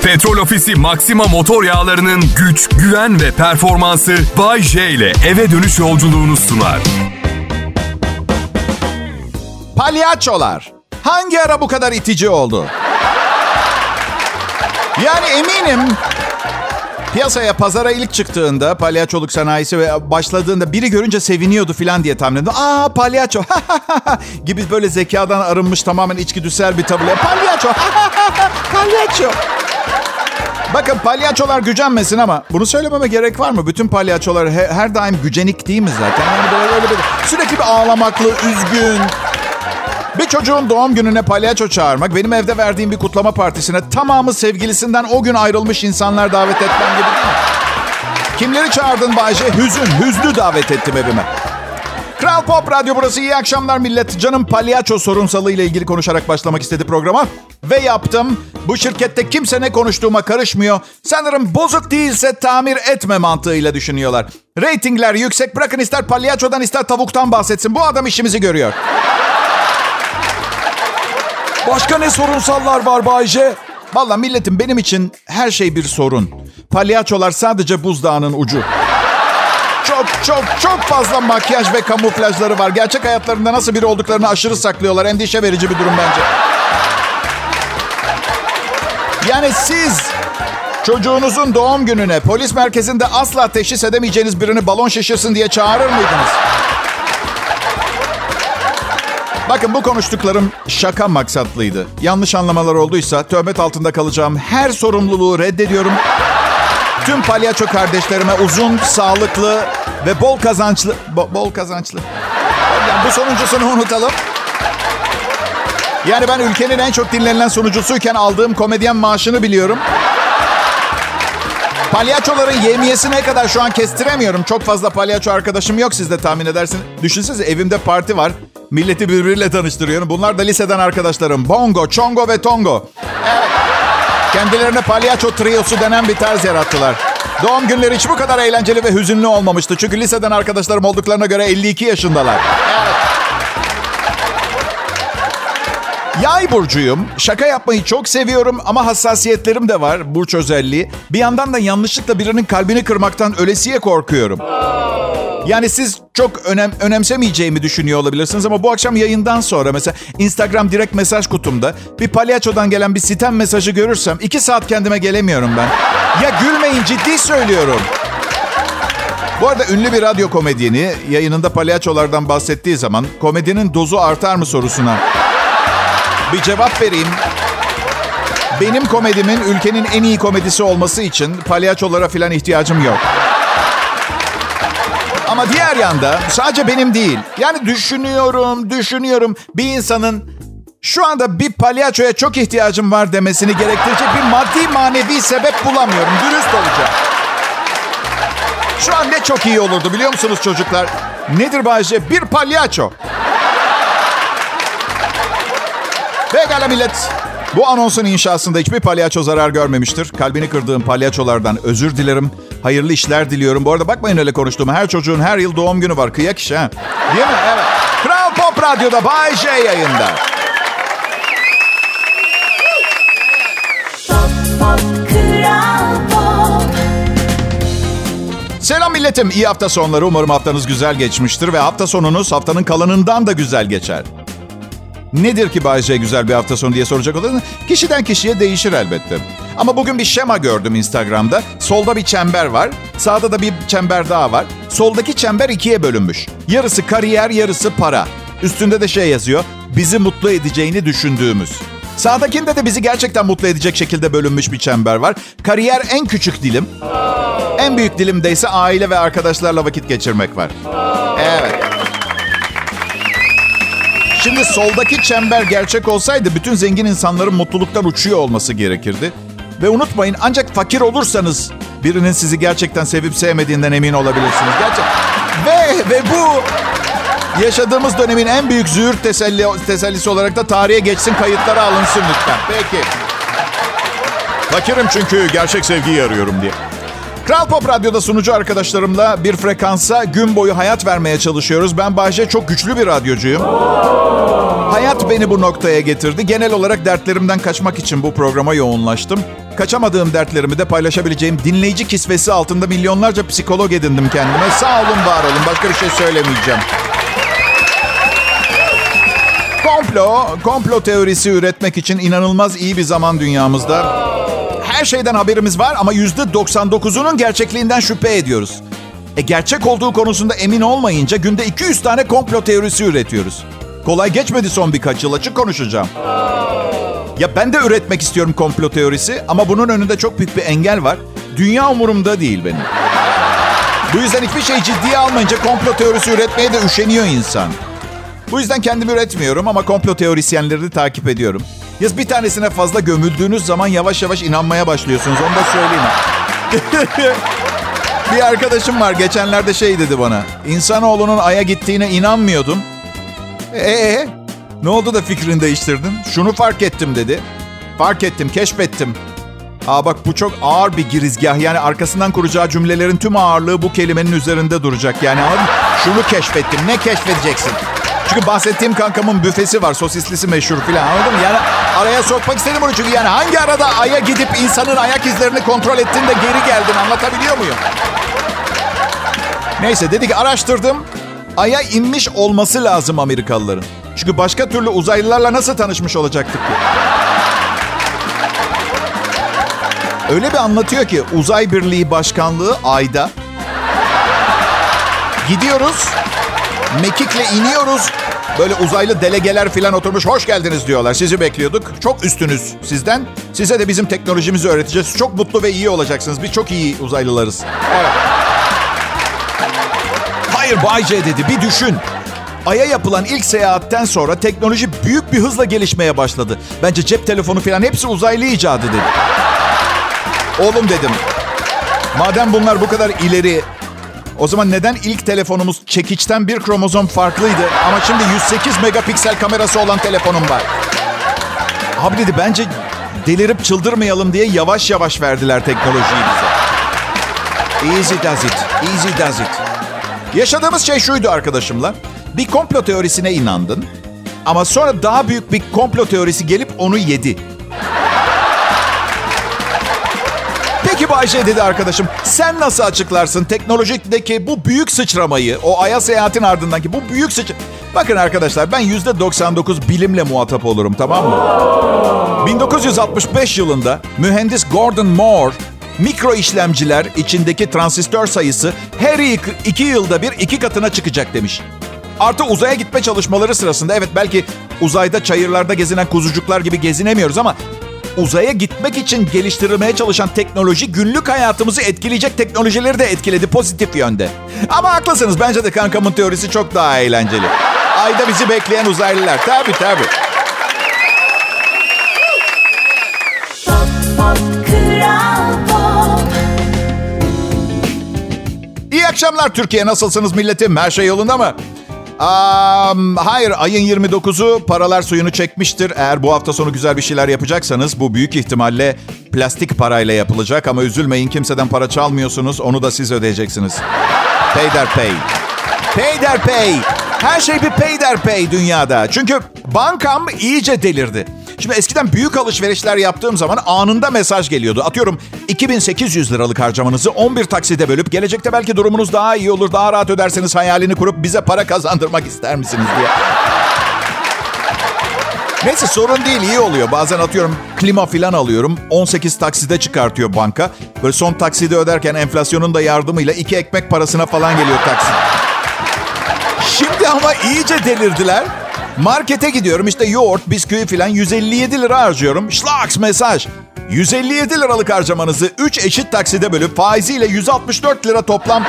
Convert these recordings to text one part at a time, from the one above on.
Petrol Ofisi Maxima motor yağlarının güç, güven ve performansı Bay J ile eve dönüş yolculuğunu sunar. Palyaçolar hangi ara bu kadar itici oldu? Yani eminim piyasaya, pazara ilk çıktığında, palyaçoluk sanayisi ve başladığında biri görünce seviniyordu falan diye tahmin ediyorum. Aa, palyaço gibi böyle zekadan arınmış tamamen içgüdüsel bir tavırla. Palyaço, palyaço. Bakın, palyaçolar gücenmesin ama bunu söylememe gerek var mı? Bütün palyaçolar her daim gücenik değil mi zaten? Yani böyle sürekli bir ağlamaklı, üzgün. Bir çocuğun doğum gününe palyaço çağırmak, benim evde verdiğim bir kutlama partisine tamamı sevgilisinden o gün ayrılmış insanlar davet etmem gibi değil mi? Kimleri çağırdın Bayce? Hüznü davet ettim evime. Kral Pop Radyo burası. İyi akşamlar millet. Canım palyaço sorunsalı ile ilgili konuşarak başlamak istedi programa. Ve yaptım. Bu şirkette kimse ne konuştuğuma karışmıyor. Sanırım bozuk değilse tamir etme mantığıyla düşünüyorlar. Ratingler yüksek. Bırakın ister palyaçodan ister tavuktan bahsetsin. Bu adam işimizi görüyor. Başka ne sorunsallar var Bayce? Vallahi milletim, benim için her şey bir sorun. Palyaçolar sadece buzdağının ucu. Çok fazla makyaj ve kamuflajları var. Gerçek hayatlarında nasıl biri olduklarını aşırı saklıyorlar. Endişe verici bir durum bence. Yani siz çocuğunuzun doğum gününe polis merkezinde asla teşhis edemeyeceğiniz birini balon şişirsin diye çağırır mıydınız? Bakın, bu konuştuklarım şaka maksatlıydı. Yanlış anlamalar olduysa töhmet altında kalacağım her sorumluluğu reddediyorum. Tüm palyaço kardeşlerime uzun, sağlıklı ve bol kazançlı... bol kazançlı. Yani bu sonuncusunu unutalım. Yani ben ülkenin en çok dinlenilen sunucusuyken aldığım komedyen maaşını biliyorum. Palyaçoların yemiyesi ne kadar şu an kestiremiyorum. Çok fazla palyaço arkadaşım yok, siz de tahmin edersiniz. Düşünsenize, evimde parti var. Milleti birbiriyle tanıştırıyorum. Bunlar da liseden arkadaşlarım. Bongo, Çongo ve Tongo. Evet. Kendilerine palyaço triosu denen bir tarz yarattılar. Doğum günleri hiç bu kadar eğlenceli ve hüzünlü olmamıştı. Çünkü liseden arkadaşlarım olduklarına göre 52 yaşındalar. Evet. Yay burcuyum. Şaka yapmayı çok seviyorum ama hassasiyetlerim de var. Burç özelliği. Bir yandan da yanlışlıkla birinin kalbini kırmaktan ölesiye korkuyorum. Yani siz çok önemsemeyeceğimi düşünüyor olabilirsiniz ama bu akşam yayından sonra mesela Instagram direkt mesaj kutumda bir palyaçodan gelen bir sitem mesajı görürsem 2 saat kendime gelemiyorum ben. Ya gülmeyin, ciddi söylüyorum. Bu arada ünlü bir radyo komedyeni yayınında palyaçolardan bahsettiği zaman komedinin dozu artar mı sorusuna bir cevap vereyim. Benim komedimin ülkenin en iyi komedisi olması için palyaçolara falan ihtiyacım yok. Ama diğer yanda sadece benim değil. Yani düşünüyorum. Bir insanın şu anda bir palyaçoya çok ihtiyacım var demesini gerektirecek bir maddi manevi sebep bulamıyorum. Dürüst olacağım. Şu an ne çok iyi olurdu biliyor musunuz çocuklar? Nedir Bayce? Bir palyaço. Pekala millet. Bu anonsun inşasında hiçbir palyaço zarar görmemiştir. Kalbini kırdığım palyaçolardan özür dilerim. Hayırlı işler diliyorum. Bu arada bakmayın öyle konuştuğuma. Her çocuğun her yıl doğum günü var. Kıyak iş ha. Değil mi? Evet. Kral Pop Radyo'da Bay J yayında. Pop, pop, Kral Pop. Selam milletim. İyi hafta sonları. Umarım haftanız güzel geçmiştir. Ve hafta sonunuz haftanın kalanından da güzel geçer. Nedir ki Bay J güzel bir hafta sonu diye soracak olursanız, kişiden kişiye değişir elbette. Ama bugün bir şema gördüm Instagram'da. Solda bir çember var. Sağda da bir çember daha var. Soldaki çember 2'ye bölünmüş. Yarısı kariyer, yarısı para. Üstünde de şey yazıyor. Bizi mutlu edeceğini düşündüğümüz. Sağdakinde de bizi gerçekten mutlu edecek şekilde bölünmüş bir çember var. Kariyer en küçük dilim. En büyük dilimde ise aile ve arkadaşlarla vakit geçirmek var. Evet. Şimdi soldaki çember gerçek olsaydı bütün zengin insanların mutluluktan uçuyor olması gerekirdi. Ve unutmayın, ancak fakir olursanız birinin sizi gerçekten sevip sevmediğinden emin olabilirsiniz. Ve bu yaşadığımız dönemin en büyük züğürt tesellisi olarak da tarihe geçsin, kayıtlara alınsın lütfen. Peki. Fakirim çünkü gerçek sevgiyi arıyorum diye. Kral Pop Radyo'da sunucu arkadaşlarımla bir frekansa gün boyu hayat vermeye çalışıyoruz. Ben Bayce, çok güçlü bir radyocuyum. Hayat beni bu noktaya getirdi. Genel olarak dertlerimden kaçmak için bu programa yoğunlaştım. Kaçamadığım dertlerimi de paylaşabileceğim dinleyici kisvesi altında milyonlarca psikolog edindim kendime. Sağ olun, var olun. Başka bir şey söylemeyeceğim. Komplo teorisi üretmek için inanılmaz iyi bir zaman dünyamızda. Her şeyden haberimiz var ama %99'unun gerçekliğinden şüphe ediyoruz. Gerçek olduğu konusunda emin olmayınca günde 200 tane komplo teorisi üretiyoruz. Kolay geçmedi son birkaç yıl, açık konuşacağım. Ya ben de üretmek istiyorum komplo teorisi ama bunun önünde çok büyük bir engel var. Dünya umurumda değil benim. Bu yüzden hiçbir şeyi ciddiye almayınca komplo teorisi üretmeye de üşeniyor insan. Bu yüzden kendim üretmiyorum ama komplo teorisyenleri takip ediyorum. Bir tanesine fazla gömüldüğünüz zaman yavaş yavaş inanmaya başlıyorsunuz. Onu da söyleyeyim. Bir arkadaşım var, geçenlerde şey dedi bana. İnsanoğlunun Ay'a gittiğine inanmıyordum. Ne oldu da fikrini değiştirdin? Şunu fark ettim dedi. Fark ettim, keşfettim. Bak bu çok ağır bir girizgah. Yani arkasından kuracağı cümlelerin tüm ağırlığı bu kelimenin üzerinde duracak. Yani şunu keşfettim. Ne keşfedeceksin? Çünkü bahsettiğim kankamın büfesi var. Sosislisi meşhur falan, anladın mı? Yani araya sokmak istedim onu çünkü yani hangi arada Ay'a gidip insanın ayak izlerini kontrol ettin de geri geldin, anlatabiliyor muyum? Neyse, dedi ki araştırdım. Ay'a inmiş olması lazım Amerikalıların. Çünkü başka türlü uzaylılarla nasıl tanışmış olacaktık ki? Öyle bir anlatıyor ki Uzay Birliği Başkanlığı Ay'da. Gidiyoruz. Mekik'le iniyoruz. Böyle uzaylı delegeler falan oturmuş. Hoş geldiniz diyorlar. Sizi bekliyorduk. Çok üstünüz sizden. Size de bizim teknolojimizi öğreteceğiz. Çok mutlu ve iyi olacaksınız. Biz çok iyi uzaylılarız. Evet. Hayır Bay J dedi. Bir düşün. Ay'a yapılan ilk seyahatten sonra teknoloji büyük bir hızla gelişmeye başladı. Bence cep telefonu falan hepsi uzaylı icadı dedi. Oğlum dedim. Madem bunlar bu kadar ileri, o zaman neden ilk telefonumuz çekiçten bir kromozom farklıydı ama şimdi 108 megapiksel kamerası olan telefonum var? Abi dedi, bence delirip çıldırmayalım diye yavaş yavaş verdiler teknolojiyi bize. Easy does it, easy does it. Yaşadığımız şey şuydu arkadaşımla. Bir komplo teorisine inandın ama sonra daha büyük bir komplo teorisi gelip onu yedi. Peki Bayşe dedi arkadaşım, sen nasıl açıklarsın teknolojideki bu büyük sıçramayı, o Ay'a seyahatin ardındaki bu büyük Bakın arkadaşlar, ben %99 bilimle muhatap olurum, tamam mı? 1965 yılında mühendis Gordon Moore, mikro işlemciler içindeki transistör sayısı her 2 yılda bir 2 katına çıkacak demiş. Artı uzaya gitme çalışmaları sırasında, evet belki uzayda çayırlarda gezinen kuzucuklar gibi gezinemiyoruz ama uzaya gitmek için geliştirilmeye çalışan teknoloji günlük hayatımızı etkileyecek teknolojileri de etkiledi pozitif yönde. Ama haklısınız, bence de kankamın teorisi çok daha eğlenceli. Ayda bizi bekleyen uzaylılar. Tabii. İyi akşamlar Türkiye, nasılsınız milletim? Her şey yolunda mı? Hayır, ayın 29'u paralar suyunu çekmiştir. Eğer bu hafta sonu güzel bir şeyler yapacaksanız bu büyük ihtimalle plastik parayla yapılacak. Ama üzülmeyin, kimseden para çalmıyorsunuz. Onu da siz ödeyeceksiniz. Payderpay. Payderpay. Her şey bir payderpay dünyada. Çünkü bankam iyice delirdi. Şimdi eskiden büyük alışverişler yaptığım zaman anında mesaj geliyordu. Atıyorum 2.800 liralık harcamanızı 11 takside bölüp gelecekte belki durumunuz daha iyi olur, daha rahat öderseniz hayalini kurup bize para kazandırmak ister misiniz diye. Neyse, sorun değil, iyi oluyor. Bazen atıyorum klima falan alıyorum. 18 takside çıkartıyor banka. Böyle son taksidi öderken enflasyonun da yardımıyla 2 ekmek parasına falan geliyor taksit. Şimdi ama iyice delirdiler. Markete gidiyorum, işte yoğurt, bisküvi falan 157 lira harcıyorum. Şlaks mesaj. 157 liralık harcamanızı 3 eşit takside bölüp faiziyle 164 lira toplam.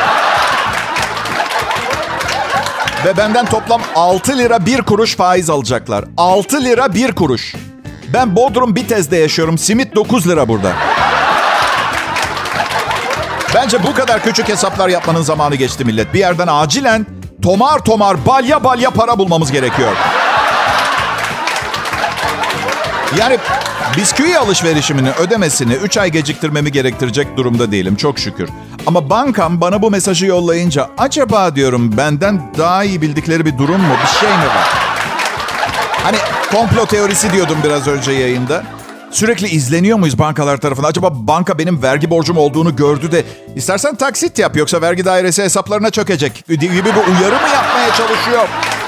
Ve benden toplam 6 lira 1 kuruş faiz alacaklar. 6 lira 1 kuruş. Ben Bodrum Bitez'de yaşıyorum. Simit 9 lira burada. Bence bu kadar küçük hesaplar yapmanın zamanı geçti millet. Bir yerden acilen tomar balya para bulmamız gerekiyor. Yani bisküvi alışverişimin ödemesini 3 ay geciktirmemi gerektirecek durumda değilim, çok şükür. Ama bankam bana bu mesajı yollayınca acaba diyorum benden daha iyi bildikleri bir durum mu, bir şey mi var? Hani komplo teorisi diyordum biraz önce yayında. Sürekli izleniyor muyuz bankalar tarafından? Acaba banka benim vergi borcum olduğunu gördü de istersen taksit yap yoksa vergi dairesi hesaplarına çökecek gibi bir uyarı mı yapmaya çalışıyor?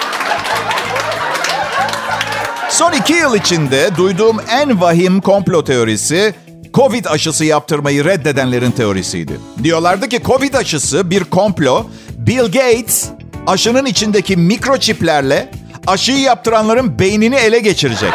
Son 2 yıl içinde duyduğum en vahim komplo teorisi Covid aşısı yaptırmayı reddedenlerin teorisiydi. Diyorlardı ki Covid aşısı bir komplo. Bill Gates aşının içindeki mikroçiplerle aşıyı yaptıranların beynini ele geçirecek.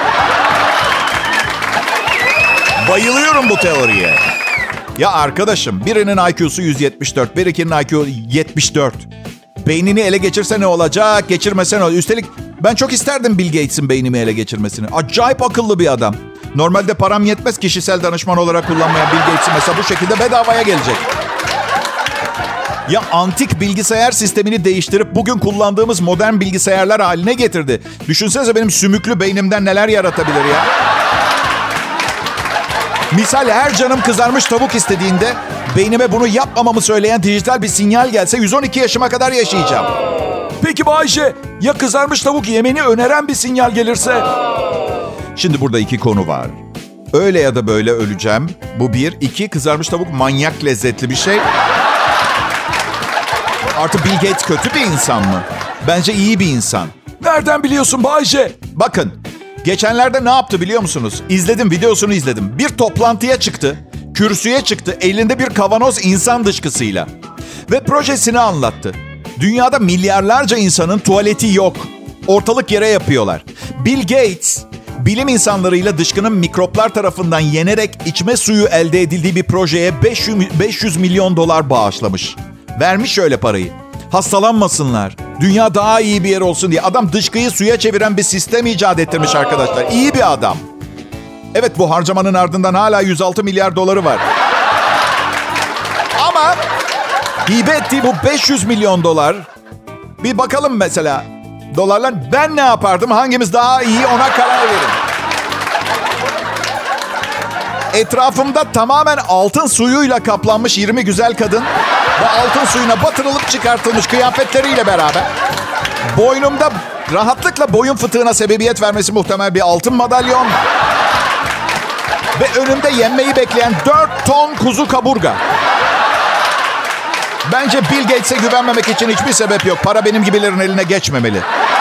Bayılıyorum bu teoriye. Ya arkadaşım, birinin IQ'su 174, birikinin IQ 74. Beynini ele geçirse ne olacak, geçirmese ne olacak? Üstelik ben çok isterdim Bill Gates'in beynimi ele geçirmesini. Acayip akıllı bir adam. Normalde param yetmez kişisel danışman olarak kullanmayan Bill Gates'in mesela bu şekilde bedavaya gelecek. Ya antik bilgisayar sistemini değiştirip bugün kullandığımız modern bilgisayarlar haline getirdi. Düşünsenize benim sümüklü beynimden neler yaratabilir ya. Misal her canım kızarmış tavuk istediğinde beynime bunu yapmamamı söyleyen dijital bir sinyal gelse 112 yaşıma kadar yaşayacağım. Peki Bayşe, ya kızarmış tavuk yemeni öneren bir sinyal gelirse? Şimdi burada 2 konu var. Öyle ya da böyle öleceğim. Bu 1. 2, kızarmış tavuk manyak lezzetli bir şey. Artı Bill Gates kötü bir insan mı? Bence iyi bir insan. Nereden biliyorsun Bayşe? Bakın, geçenlerde ne yaptı biliyor musunuz? İzledim, videosunu izledim. Bir toplantıya çıktı, kürsüye çıktı, elinde bir kavanoz insan dışkısıyla. Ve projesini anlattı. Dünyada milyarlarca insanın tuvaleti yok. Ortalık yere yapıyorlar. Bill Gates, bilim insanlarıyla dışkının mikroplar tarafından yenerek içme suyu elde edildiği bir projeye 500 milyon dolar bağışlamış. Vermiş öyle parayı. Hastalanmasınlar, dünya daha iyi bir yer olsun diye. Adam dışkıyı suya çeviren bir sistem icat ettirmiş arkadaşlar. İyi bir adam. Evet, bu harcamanın ardından hala 106 milyar doları var. Ama hibe ettiği bu 500 milyon dolar... Bir bakalım mesela dolarlar, ben ne yapardım? Hangimiz daha iyi, ona karar verin. Etrafımda tamamen altın suyuyla kaplanmış 20 güzel kadın ve altın suyuna batırılıp çıkartılmış kıyafetleriyle beraber boynumda rahatlıkla boyun fıtığına sebebiyet vermesi muhtemel bir altın madalyon ve önümde yenmeyi bekleyen 4 ton kuzu kaburga. Bence Bill Gates'e güvenmemek için hiçbir sebep yok. Para benim gibilerin eline geçmemeli.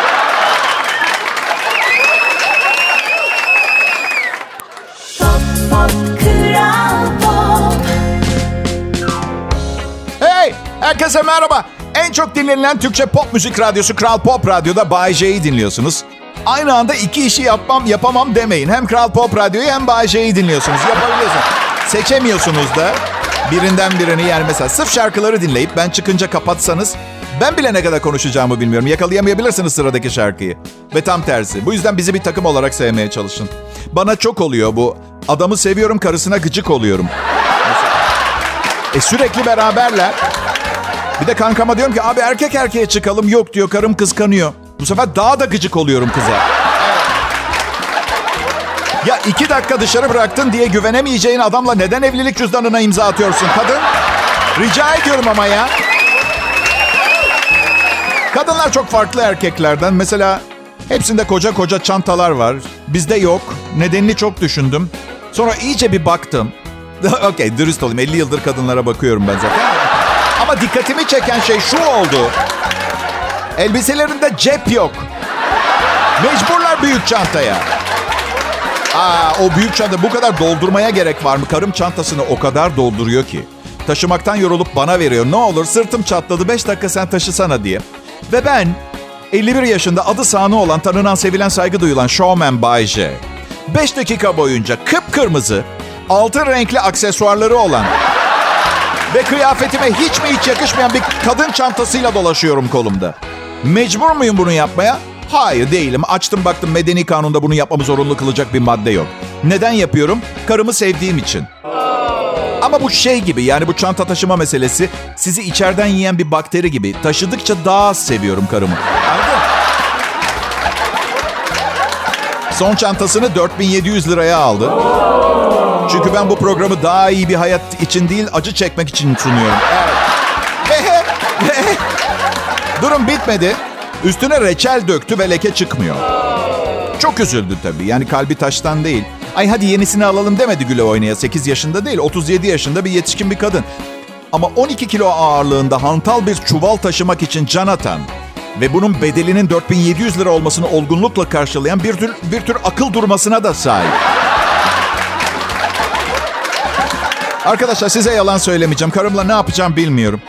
Hey, herkese merhaba. En çok dinlenilen Türkçe pop müzik radyosu Kral Pop Radyo'da Bay J'yi dinliyorsunuz. Aynı anda 2 işi yapamam demeyin. Hem Kral Pop Radyo'yu hem Bay J'yi dinliyorsunuz. Yapabiliyorsunuz. Seçemiyorsunuz da. Birinden birini, yani mesela sırf şarkıları dinleyip ben çıkınca kapatsanız ben bile ne kadar konuşacağımı bilmiyorum. Yakalayamayabilirsiniz sıradaki şarkıyı. Ve tam tersi. Bu yüzden bizi bir takım olarak sevmeye çalışın. Bana çok oluyor bu. Adamı seviyorum, karısına gıcık oluyorum. Sürekli beraberler. Bir de kankama diyorum ki abi erkek erkeğe çıkalım. Yok diyor, karım kıskanıyor. Bu sefer daha da gıcık oluyorum kıza. Ya 2 dakika dışarı bıraktın diye güvenemeyeceğin adamla neden evlilik cüzdanına imza atıyorsun kadın? Rica ediyorum ama ya. Kadınlar çok farklı erkeklerden. Mesela hepsinde koca koca çantalar var. Bizde yok. Nedenini çok düşündüm. Sonra iyice bir baktım. Okey, dürüst olayım. 50 yıldır kadınlara bakıyorum ben zaten. Ama dikkatimi çeken şey şu oldu. Elbiselerinde cep yok. Mecburlar büyük çantaya. O büyük çanta bu kadar doldurmaya gerek var mı? Karım çantasını o kadar dolduruyor ki. Taşımaktan yorulup bana veriyor. Ne olur sırtım çatladı, 5 dakika sen taşısana diye. Ve ben 51 yaşında adı sanı olan, tanınan, sevilen, saygı duyulan showman Bay J. 5 dakika boyunca kıpkırmızı, altın renkli aksesuarları olan ve kıyafetime hiç yakışmayan bir kadın çantasıyla dolaşıyorum kolumda. Mecbur muyum bunu yapmaya? Hayır, değilim. Açtım baktım, medeni kanunda bunu yapmamı zorunlu kılacak bir madde yok. Neden yapıyorum? Karımı sevdiğim için. Ama bu şey gibi, yani bu çanta taşıma meselesi sizi içeriden yiyen bir bakteri gibi. Taşıdıkça daha az seviyorum karımı. Anladın? Son çantasını 4700 liraya aldı. Çünkü ben bu programı daha iyi bir hayat için değil, acı çekmek için sunuyorum. Evet. Durum bitmedi. Üstüne reçel döktü ve leke çıkmıyor. Çok üzüldü tabii. Yani kalbi taştan değil. Ay hadi yenisini alalım demedi güle oynaya. 8 yaşında değil, 37 yaşında bir yetişkin bir kadın. Ama 12 kilo ağırlığında hantal bir çuval taşımak için can atan ve bunun bedelinin 4700 lira olmasını olgunlukla karşılayan bir tür akıl durmasına da sahip. Arkadaşlar size yalan söylemeyeceğim. Karımla ne yapacağım bilmiyorum.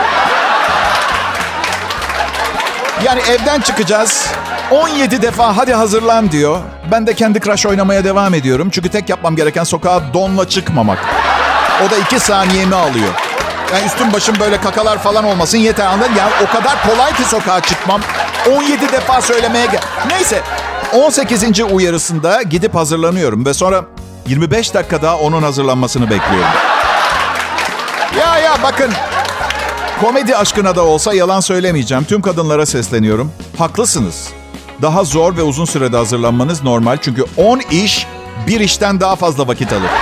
Yani evden çıkacağız. 17 defa hadi hazırlan diyor. Ben de Candy Crush oynamaya devam ediyorum. Çünkü tek yapmam gereken sokağa donla çıkmamak. O da 2 saniyemi alıyor. Yani üstüm başım böyle kakalar falan olmasın yeter, anladın? Yani o kadar kolay ki sokağa çıkmam. 17 defa söylemeye Neyse 18. uyarısında gidip hazırlanıyorum. Ve sonra 25 dakika daha onun hazırlanmasını bekliyorum. Ya bakın. Komedi aşkına da olsa yalan söylemeyeceğim. Tüm kadınlara sesleniyorum. Haklısınız. Daha zor ve uzun sürede hazırlanmanız normal. Çünkü 10 iş bir işten daha fazla vakit alır.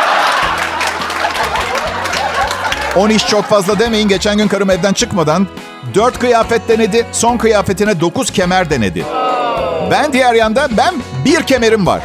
10 iş çok fazla demeyin. Geçen gün karım evden çıkmadan 4 kıyafet denedi. Son kıyafetine 9 kemer denedi. Ben diğer yanda bir kemerim var.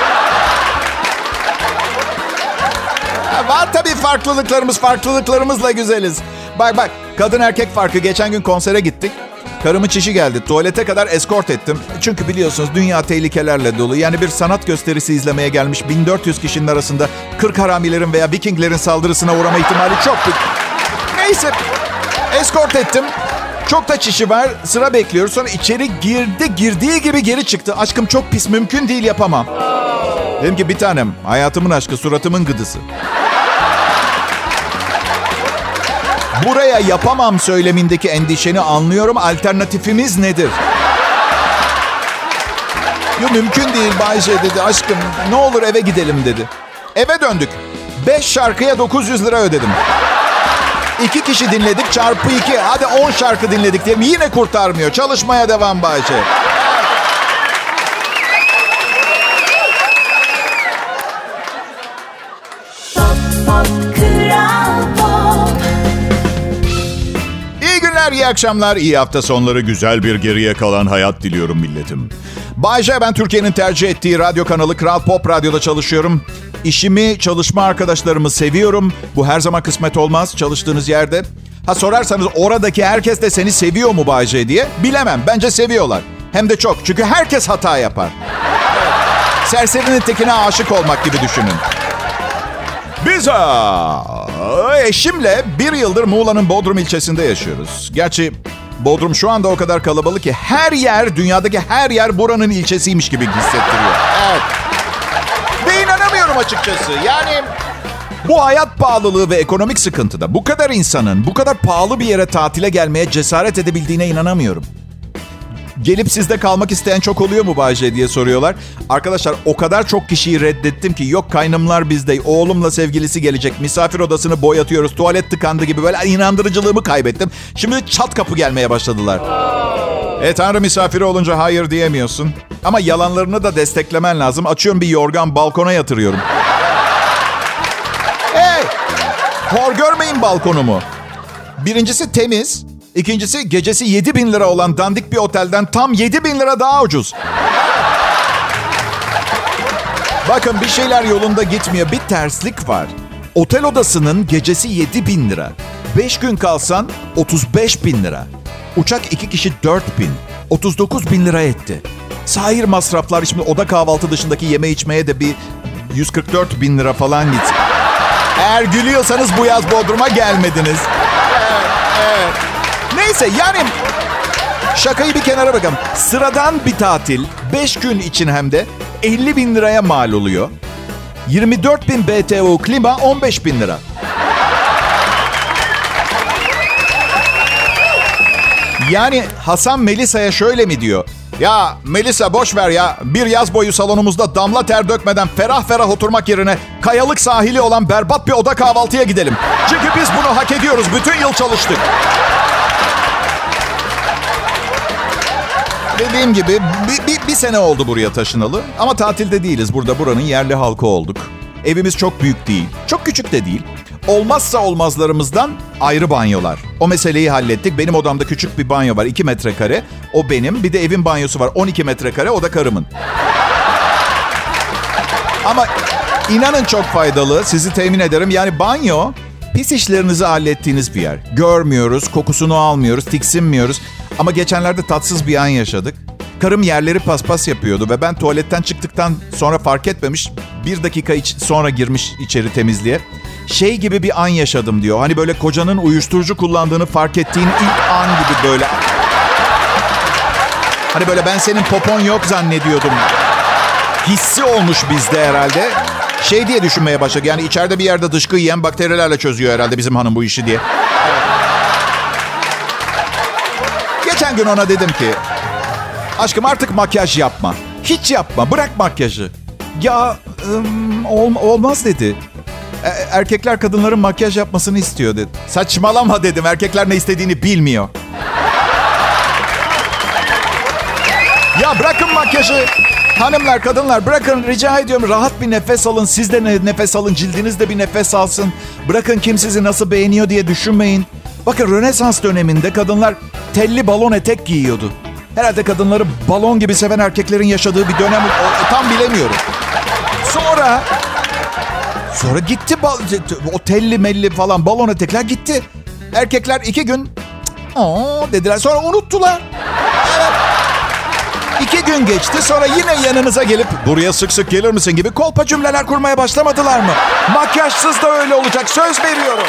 Var tabii farklılıklarımızla güzeliz. Bak kadın erkek farkı. Geçen gün konsere gittik. Karımın çişi geldi. Tuvalete kadar eskort ettim. Çünkü biliyorsunuz dünya tehlikelerle dolu. Yani bir sanat gösterisi izlemeye gelmiş 1400 kişinin arasında 40 haramilerin veya Vikinglerin saldırısına uğrama ihtimali çok büyük. Neyse eskort ettim. Çok da çişi var. Sıra bekliyoruz. Sonra içeri girdiği gibi geri çıktı. Aşkım çok pis, mümkün değil, yapamam. Dedim ki bir tanem, hayatımın aşkı, suratımın gıdısı. Buraya yapamam söylemindeki endişeni anlıyorum. Alternatifimiz nedir? Yo, mümkün değil Bayce dedi. Aşkım ne olur eve gidelim dedi. Eve döndük. 5 şarkıya 900 lira ödedim. 2 kişi dinledik çarpı 2. Hadi 10 şarkı dinledik diyelim. Yine kurtarmıyor. Çalışmaya devam Bayce. İyi akşamlar, iyi hafta sonları, güzel bir geriye kalan hayat diliyorum milletim. Bay J, ben Türkiye'nin tercih ettiği radyo kanalı Kral Pop Radyo'da çalışıyorum. İşimi, çalışma arkadaşlarımı seviyorum. Bu her zaman kısmet olmaz çalıştığınız yerde. Ha sorarsanız oradaki herkes de seni seviyor mu Bay J diye? Bilemem, bence seviyorlar. Hem de çok, çünkü herkes hata yapar. Serserinin tekine aşık olmak gibi düşünün. Biz eşimle 1 yıldır Muğla'nın Bodrum ilçesinde yaşıyoruz. Gerçi Bodrum şu anda o kadar kalabalık ki her yer, dünyadaki her yer buranın ilçesiymiş gibi hissettiriyor. Evet. Ve inanamıyorum açıkçası. Yani bu hayat pahalılığı ve ekonomik sıkıntıda bu kadar insanın bu kadar pahalı bir yere tatile gelmeye cesaret edebildiğine inanamıyorum. Gelip sizde kalmak isteyen çok oluyor mu Bayce diye soruyorlar. Arkadaşlar o kadar çok kişiyi reddettim ki yok kaynımlar bizde, oğlumla sevgilisi gelecek, misafir odasını boyatıyoruz, tuvalet tıkandı gibi böyle inandırıcılığımı kaybettim. Şimdi çat kapı gelmeye başladılar. Tanrı misafiri olunca hayır diyemiyorsun. Ama yalanlarını da desteklemen lazım. Açıyorum bir yorgan, balkona yatırıyorum. Hor görmeyin balkonumu. Birincisi temiz. İkincisi gecesi 7.000 lira olan dandik bir otelden tam 7.000 lira daha ucuz. Bakın bir şeyler yolunda gitmiyor. Bir terslik var. Otel odasının gecesi 7.000 lira. 5 gün kalsan 35.000 lira. Uçak 2 kişi 4.000. 39.000 lira etti. Sahir masraflar, şimdi oda kahvaltı dışındaki yeme içmeye de bir 144.000 lira falan gitsin. Eğer gülüyorsanız bu yaz Bodrum'a gelmediniz. Evet. Neyse yani şakayı bir kenara bakalım. Sıradan bir tatil 5 gün için hem de 50.000 liraya mal oluyor. 24.000 BTU klima 15.000 lira. Yani Hasan Melisa'ya şöyle mi diyor? Ya Melisa boş ver ya. Bir yaz boyu salonumuzda damla ter dökmeden ferah ferah oturmak yerine kayalık sahili olan berbat bir oda kahvaltıya gidelim. Çünkü biz bunu hak ediyoruz. Bütün yıl çalıştık. Dediğim gibi bir sene oldu buraya taşınalı. Ama tatilde değiliz. Buranın yerli halkı olduk. Evimiz çok büyük değil. Çok küçük de değil. Olmazsa olmazlarımızdan ayrı banyolar. O meseleyi hallettik. Benim odamda küçük bir banyo var. 2 metrekare. O benim. Bir de evin banyosu var. 12 metrekare. O da karımın. Ama inanın çok faydalı. Sizi temin ederim. Yani banyo pis işlerinizi hallettiğiniz bir yer. Görmüyoruz, kokusunu almıyoruz, tiksinmiyoruz. Ama geçenlerde tatsız bir an yaşadık. Karım yerleri paspas yapıyordu ve ben tuvaletten çıktıktan sonra fark etmemiş. 1 dakika sonra girmiş içeri temizliğe. Şey gibi bir an yaşadım diyor. Hani böyle kocanın uyuşturucu kullandığını fark ettiğin ilk an gibi böyle. Hani böyle ben senin popon yok zannediyordum. Hissi olmuş bizde herhalde. Şey diye düşünmeye başladık. Yani içeride bir yerde dışkı yiyen bakterilerle çözüyor herhalde bizim hanım bu işi diye. Geçen gün ona dedim ki... Aşkım artık makyaj yapma. Hiç yapma. Bırak makyajı. Ya olmaz dedi. Erkekler kadınların makyaj yapmasını istiyor dedi. Saçmalama dedim. Erkekler ne istediğini bilmiyor. Ya bırakın makyajı. Hanımlar, kadınlar bırakın rica ediyorum. Rahat bir nefes alın. Siz de nefes alın. Cildiniz de bir nefes alsın. Bırakın kim sizi nasıl beğeniyor diye düşünmeyin. Bakın Rönesans döneminde kadınlar telli balon etek giyiyordu. Herhalde kadınları balon gibi seven erkeklerin yaşadığı bir dönem tam bilemiyorum. Sonra gitti o telli melli falan balon etekler gitti. Erkekler 2 gün dediler sonra unuttular. Evet. 2 gün geçti sonra yine yanınıza gelip buraya sık sık gelir misin gibi kolpa cümleler kurmaya başlamadılar mı? Makyajsız da öyle olacak söz veriyorum.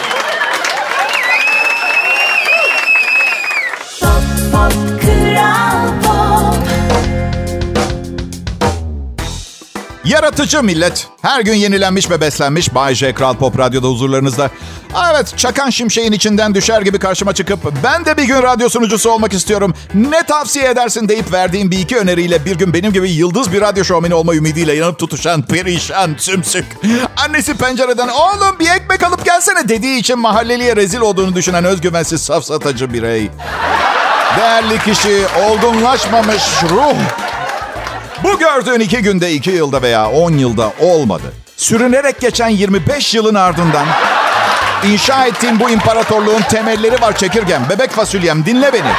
Yaratıcı millet. Her gün yenilenmiş ve beslenmiş Bay J Kral Pop Radyo'da huzurlarınızda. Evet, çakan şimşeğin içinden düşer gibi karşıma çıkıp ben de bir gün radyo sunucusu olmak istiyorum. Ne tavsiye edersin deyip verdiğim bir iki öneriyle bir gün benim gibi yıldız bir radyo şovmeni olma ümidiyle yanıp tutuşan, perişan, sümsük. Annesi pencereden oğlum bir ekmek alıp gelsene dediği için mahalleliye rezil olduğunu düşünen özgüvensiz safsatacı birey. Değerli kişi, olgunlaşmamış ruh. Bu gördüğün 2 günde, 2 yılda veya 10 yılda olmadı. Sürünerek geçen 25 yılın ardından inşa ettiğim bu imparatorluğun temelleri var çekirgem. Bebek fasulyem dinle beni.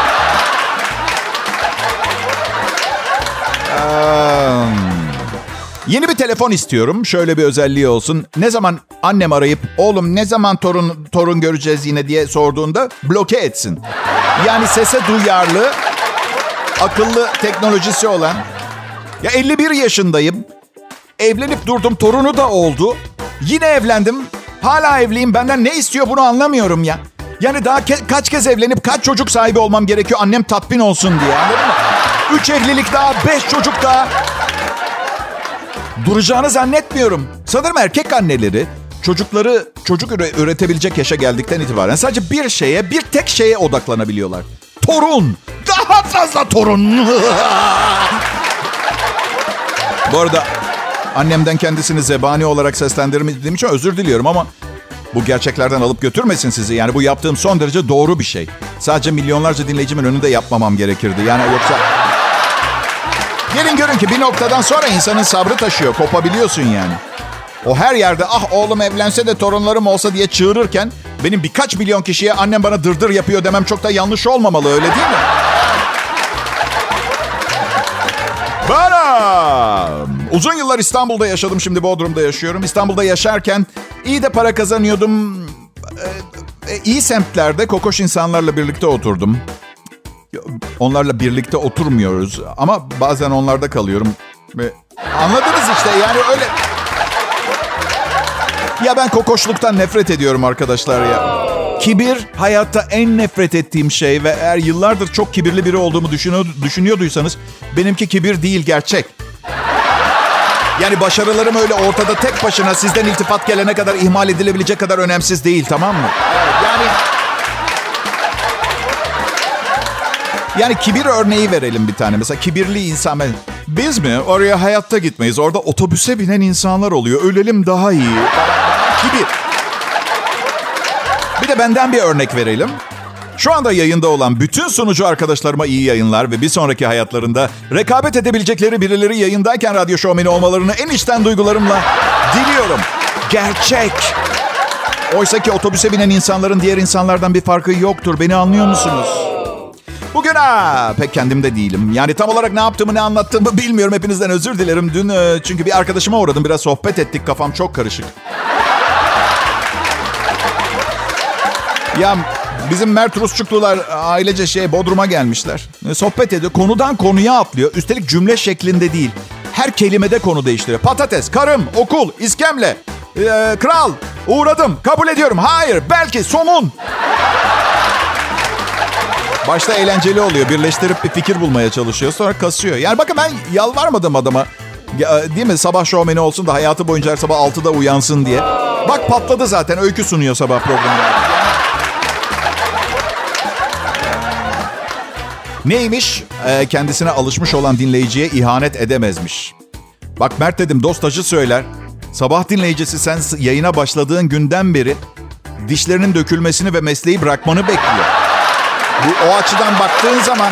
Yeni bir telefon istiyorum. Şöyle bir özelliği olsun. Ne zaman annem arayıp oğlum ne zaman torun göreceğiz yine diye sorduğunda bloke etsin. Yani sese duyarlı, akıllı teknolojisi olan. Ya 51 yaşındayım. Evlenip durdum, torunu da oldu. Yine evlendim. Hala evliyim. Benden ne istiyor bunu anlamıyorum ya. Yani daha kaç kez evlenip kaç çocuk sahibi olmam gerekiyor annem tatmin olsun diye. Anladın mı? 3 evlilik daha, 5 çocuk daha. Duracağını zannetmiyorum. Sanırım erkek anneleri çocuk üretebilecek yaşa geldikten itibaren sadece bir tek şeye odaklanabiliyorlar. Torun. Daha fazla torun. Bu arada annemden kendisini zebani olarak seslendirmediğim için özür diliyorum ama bu gerçeklerden alıp götürmesin sizi. Yani bu yaptığım son derece doğru bir şey. Sadece milyonlarca dinleyicimin önünde yapmamam gerekirdi. Yani yoksa... Gelin görün ki bir noktadan sonra insanın sabrı taşıyor. Kopabiliyorsun yani. O her yerde ah oğlum evlense de torunlarım olsa diye çığırırken benim birkaç milyon kişiye annem bana dırdır yapıyor demem çok da yanlış olmamalı, öyle değil mi? Uzun yıllar İstanbul'da yaşadım, şimdi Bodrum'da yaşıyorum. İstanbul'da yaşarken iyi de para kazanıyordum. İyi semtlerde kokoş insanlarla birlikte oturdum. Onlarla birlikte oturmuyoruz ama bazen onlarda kalıyorum. Anladınız işte, yani öyle. Ya ben kokoşluktan nefret ediyorum arkadaşlar ya. Kibir hayatta en nefret ettiğim şey ve eğer yıllardır çok kibirli biri olduğumu düşünüyorduysanız benimki kibir değil, gerçek. Yani başarılarım öyle ortada tek başına sizden iltifat gelene kadar ihmal edilebilecek kadar önemsiz değil, tamam mı? Yani kibir örneği verelim bir tane. Mesela kibirli insan. Biz mi? Oraya hayatta gitmeyiz. Orada otobüse binen insanlar oluyor. Ölelim daha iyi. Kibir. Bir de benden bir örnek verelim. Şu anda yayında olan bütün sunucu arkadaşlarıma iyi yayınlar ve bir sonraki hayatlarında rekabet edebilecekleri birileri yayındayken radyo şovmeni olmalarını en içten duygularımla diliyorum. Gerçek. Oysa ki otobüse binen insanların diğer insanlardan bir farkı yoktur. Beni anlıyor musunuz? Bugün pek kendimde değilim. Yani tam olarak ne yaptığımı ne anlattığımı bilmiyorum. Hepinizden özür dilerim. Dün çünkü bir arkadaşıma uğradım. Biraz sohbet ettik. Kafam çok karışık. Ya bizim Mert Rusçuklular ailece Bodrum'a gelmişler. Sohbet ediyor. Konudan konuya atlıyor. Üstelik cümle şeklinde değil. Her kelimede konu değiştiriyor. Patates, karım, okul, iskemle, kral, uğradım, kabul ediyorum, hayır, belki, somun. Başta eğlenceli oluyor. Birleştirip bir fikir bulmaya çalışıyor. Sonra kasıyor. Yani bakın ben yalvarmadım adama. Değil mi? Sabah şovmeni olsun da hayatı boyunca her sabah 6'da uyansın diye. Bak patladı zaten. Öykü sunuyor sabah programında. Neymiş? Kendisine alışmış olan dinleyiciye ihanet edemezmiş. Bak Mert dedim, dostacı söyler. Sabah dinleyicisi sen yayına başladığın günden beri dişlerinin dökülmesini ve mesleği bırakmanı bekliyor. O açıdan baktığın zaman...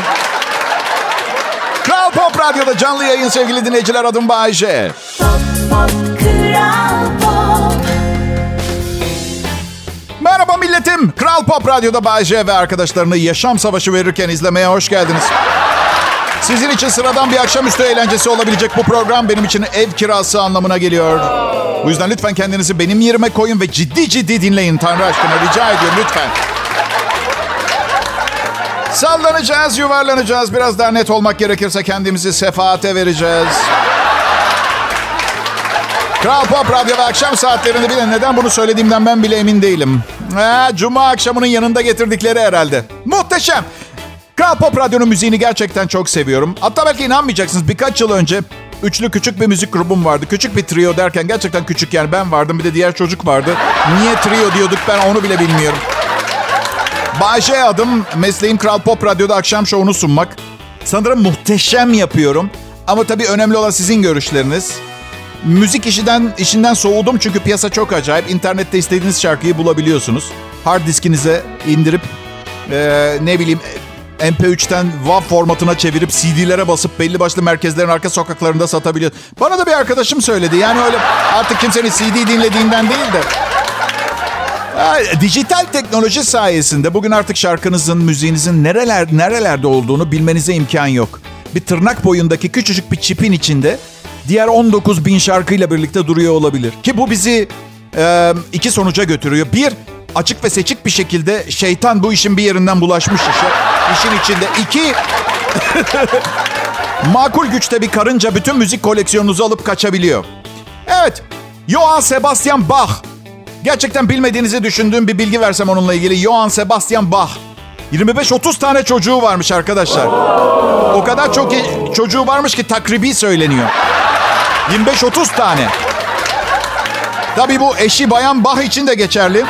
Kral Pop Radyo'da canlı yayın sevgili dinleyiciler, adım Bay J. Pop, pop, Kral Pop. Merhaba milletim. Kral Pop Radyo'da Bay J ve arkadaşlarını yaşam savaşı verirken izlemeye hoş geldiniz. Sizin için sıradan bir akşamüstü eğlencesi olabilecek bu program benim için ev kirası anlamına geliyor. Bu yüzden lütfen kendinizi benim yerime koyun ve ciddi ciddi dinleyin. Tanrı aşkına rica ediyorum lütfen. Sallanacağız, yuvarlanacağız. Biraz daha net olmak gerekirse kendimizi sefaate vereceğiz. Kral Pop Radyo ve akşam saatlerinde bile neden bunu söylediğimden ben bile emin değilim. Cuma akşamının yanında getirdikleri herhalde. Muhteşem. Kral Pop Radyo'nun müziğini gerçekten çok seviyorum. Hatta belki inanmayacaksınız, birkaç yıl önce üçlü küçük bir müzik grubum vardı. Küçük bir trio derken gerçekten küçük, yani ben vardım, bir de diğer çocuk vardı. Niye trio diyorduk ben onu bile bilmiyorum. Bay J adım, mesleğim Kral Pop Radyo'da akşam şovunu sunmak. Sanırım muhteşem yapıyorum. Ama tabii önemli olan sizin görüşleriniz. Müzik işinden soğudum çünkü piyasa çok acayip. İnternette istediğiniz şarkıyı bulabiliyorsunuz. Hard diskinize indirip MP3'ten WAV formatına çevirip CD'lere basıp belli başlı merkezlerin arka sokaklarında satabiliyor. Bana da bir arkadaşım söyledi. Yani öyle artık kimsenin CD dinlediğinden değil de. Dijital teknoloji sayesinde bugün artık şarkınızın, müziğinizin nerelerde olduğunu bilmenize imkan yok. Bir tırnak boyundaki küçücük bir çipin içinde diğer 19.000 şarkıyla birlikte duruyor olabilir. Ki bu bizi iki sonuca götürüyor. Bir, açık ve seçik bir şekilde şeytan bu işin bir yerinden bulaşmış işin içinde. İki, makul güçte bir karınca bütün müzik koleksiyonunuzu alıp kaçabiliyor. Evet, Johann Sebastian Bach. Gerçekten bilmediğinizi düşündüğüm bir bilgi versem onunla ilgili. Johann Sebastian Bach. 25-30 tane çocuğu varmış arkadaşlar. O kadar çok çocuğu varmış ki takribi söyleniyor. 25-30 tane. Tabii bu eşi bayan Bach için de geçerli.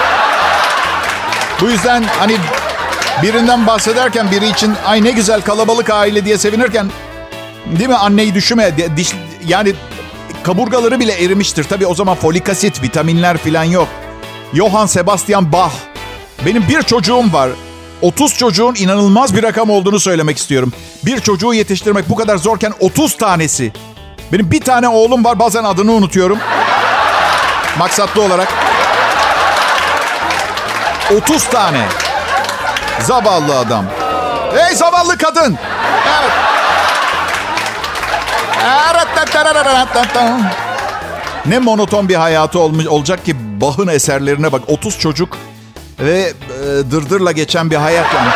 Bu yüzden hani birinden bahsederken biri için ay ne güzel kalabalık aile diye sevinirken, değil mi, anneyi düşünme. Yani kaburgaları bile erimiştir. Tabii o zaman folik asit, vitaminler falan yok. Johann Sebastian Bach. Benim bir çocuğum var. 30 çocuğun inanılmaz bir rakam olduğunu söylemek istiyorum. Bir çocuğu yetiştirmek bu kadar zorken 30 tanesi. Benim bir tane oğlum var, bazen adını unutuyorum. Maksatlı olarak. 30 tane. Zavallı adam. Hey zavallı kadın. Evet. Ne monoton bir hayatı olacak ki Bach'ın eserlerine bak. 30 çocuk ve dırdırla geçen bir hayat yani.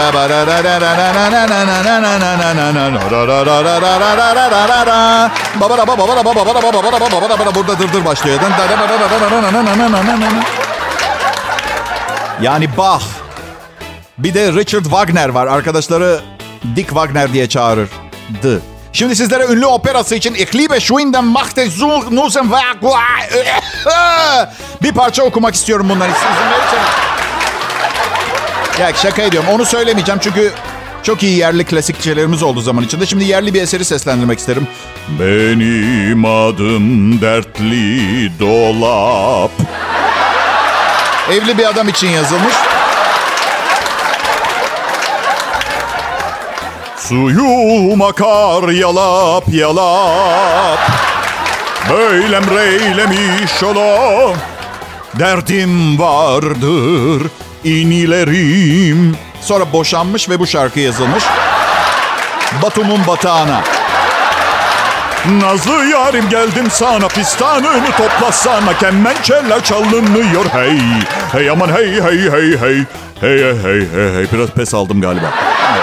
Burada dırdır başlıyor. Yani Bach. Bir de Richard Wagner var. Arkadaşları Dick Wagner diye çağırırdı. Şimdi sizlere ünlü operası için Ich liebe Schwinden machte Nusen bir parça okumak istiyorum bundan. İzin verirseniz. Ya şaka ediyorum. Onu söylemeyeceğim çünkü çok iyi yerli klasikçilerimiz oldu zaman içinde. Şimdi yerli bir eseri seslendirmek isterim. Benim adım dertli dolap. Evli bir adam için yazılmış. Suyum akar yalap yalap. Böylem reylemiş ola. Derdim vardır inilerim. Sonra boşanmış ve bu şarkı yazılmış. Batum'un batağına. Nazlı yarim geldim sana, fistanını toplasana, kemençeler çalınıyor hey. Hey aman hey hey hey hey. Hey hey hey hey hey. Biraz pes aldım galiba. Evet.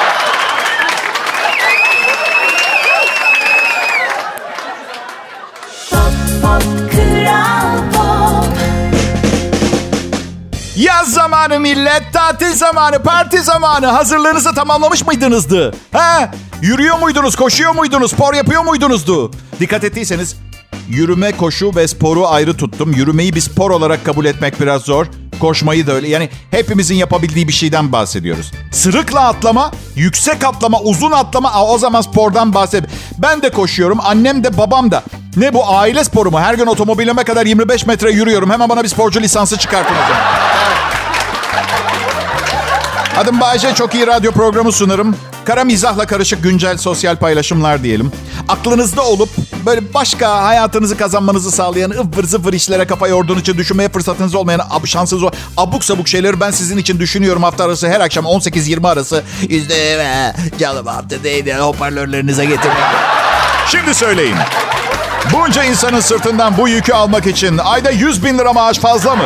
Yaz zamanı millet, tatil zamanı, parti zamanı. Hazırlığınızı tamamlamış mıydınızdı? He? Yürüyor muydunuz, koşuyor muydunuz, spor yapıyor muydunuzdu? Dikkat ettiyseniz yürüme, koşu ve sporu ayrı tuttum. Yürümeyi bir spor olarak kabul etmek biraz zor. Koşmayı da öyle. Yani hepimizin yapabildiği bir şeyden bahsediyoruz. Sırıkla atlama, yüksek atlama, uzun atlama. O zaman spordan bahsed. Ben de koşuyorum, annem de babam da. Ne bu, aile sporu mu? Her gün otomobilime kadar 25 metre yürüyorum. Hemen bana bir sporcu lisansı çıkartın o zaman. Adım Bayce, çok iyi radyo programı sunarım. Kara mizahla karışık güncel sosyal paylaşımlar diyelim. Aklınızda olup böyle başka hayatınızı kazanmanızı sağlayan ıvır zıvır işlere kafa yorduğunuz için düşünmeye fırsatınız olmayan şansınız o abuk sabuk şeyleri ben sizin için düşünüyorum hafta arası her akşam 18-20 arası. İşte canım hafta değil hoparlörlerinize getirin. Şimdi söyleyin. Bunca insanın sırtından bu yükü almak için ayda 100.000 lira maaş fazla mı?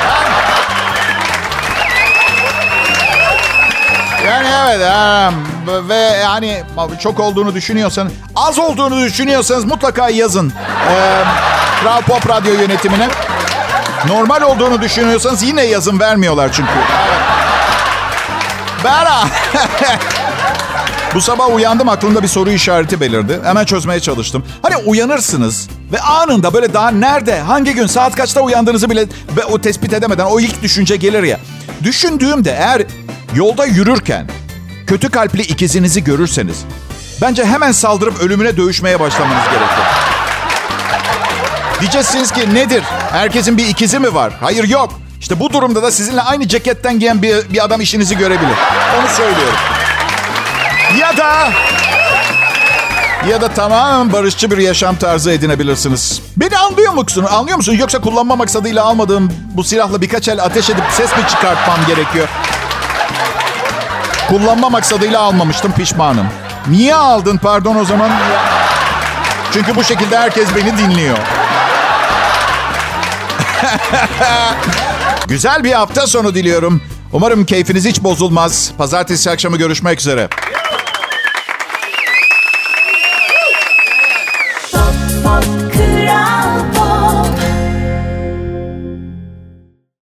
Yani evet ve yani çok olduğunu düşünüyorsanız, az olduğunu düşünüyorsanız mutlaka yazın. Kral Pop Radyo yönetimine. Normal olduğunu düşünüyorsanız yine yazın, vermiyorlar çünkü. Bera. Bu sabah uyandım, aklımda bir soru işareti belirdi. Hemen çözmeye çalıştım. Hani uyanırsınız ve anında böyle daha nerede, hangi gün, saat kaçta uyandığınızı bile o tespit edemeden o ilk düşünce gelir ya. Düşündüğümde eğer yolda yürürken kötü kalpli ikizinizi görürseniz bence hemen saldırıp ölümüne dövüşmeye başlamanız gerekiyor. Diyeceksiniz ki nedir? Herkesin bir ikizi mi var? Hayır, yok. İşte bu durumda da sizinle aynı ceketten giyen bir adam işinizi görebilir. Onu söylüyorum. Ya da tamamen barışçı bir yaşam tarzı edinebilirsiniz. Beni anlıyor musun? Anlıyor musun? Yoksa kullanma maksadıyla almadığım bu silahla birkaç el ateş edip ses mi çıkartmam gerekiyor? Kullanma maksadıyla almamıştım, pişmanım. Niye aldın pardon o zaman? Çünkü bu şekilde herkes beni dinliyor. Güzel bir hafta sonu diliyorum. Umarım keyfiniz hiç bozulmaz. Pazartesi akşamı görüşmek üzere.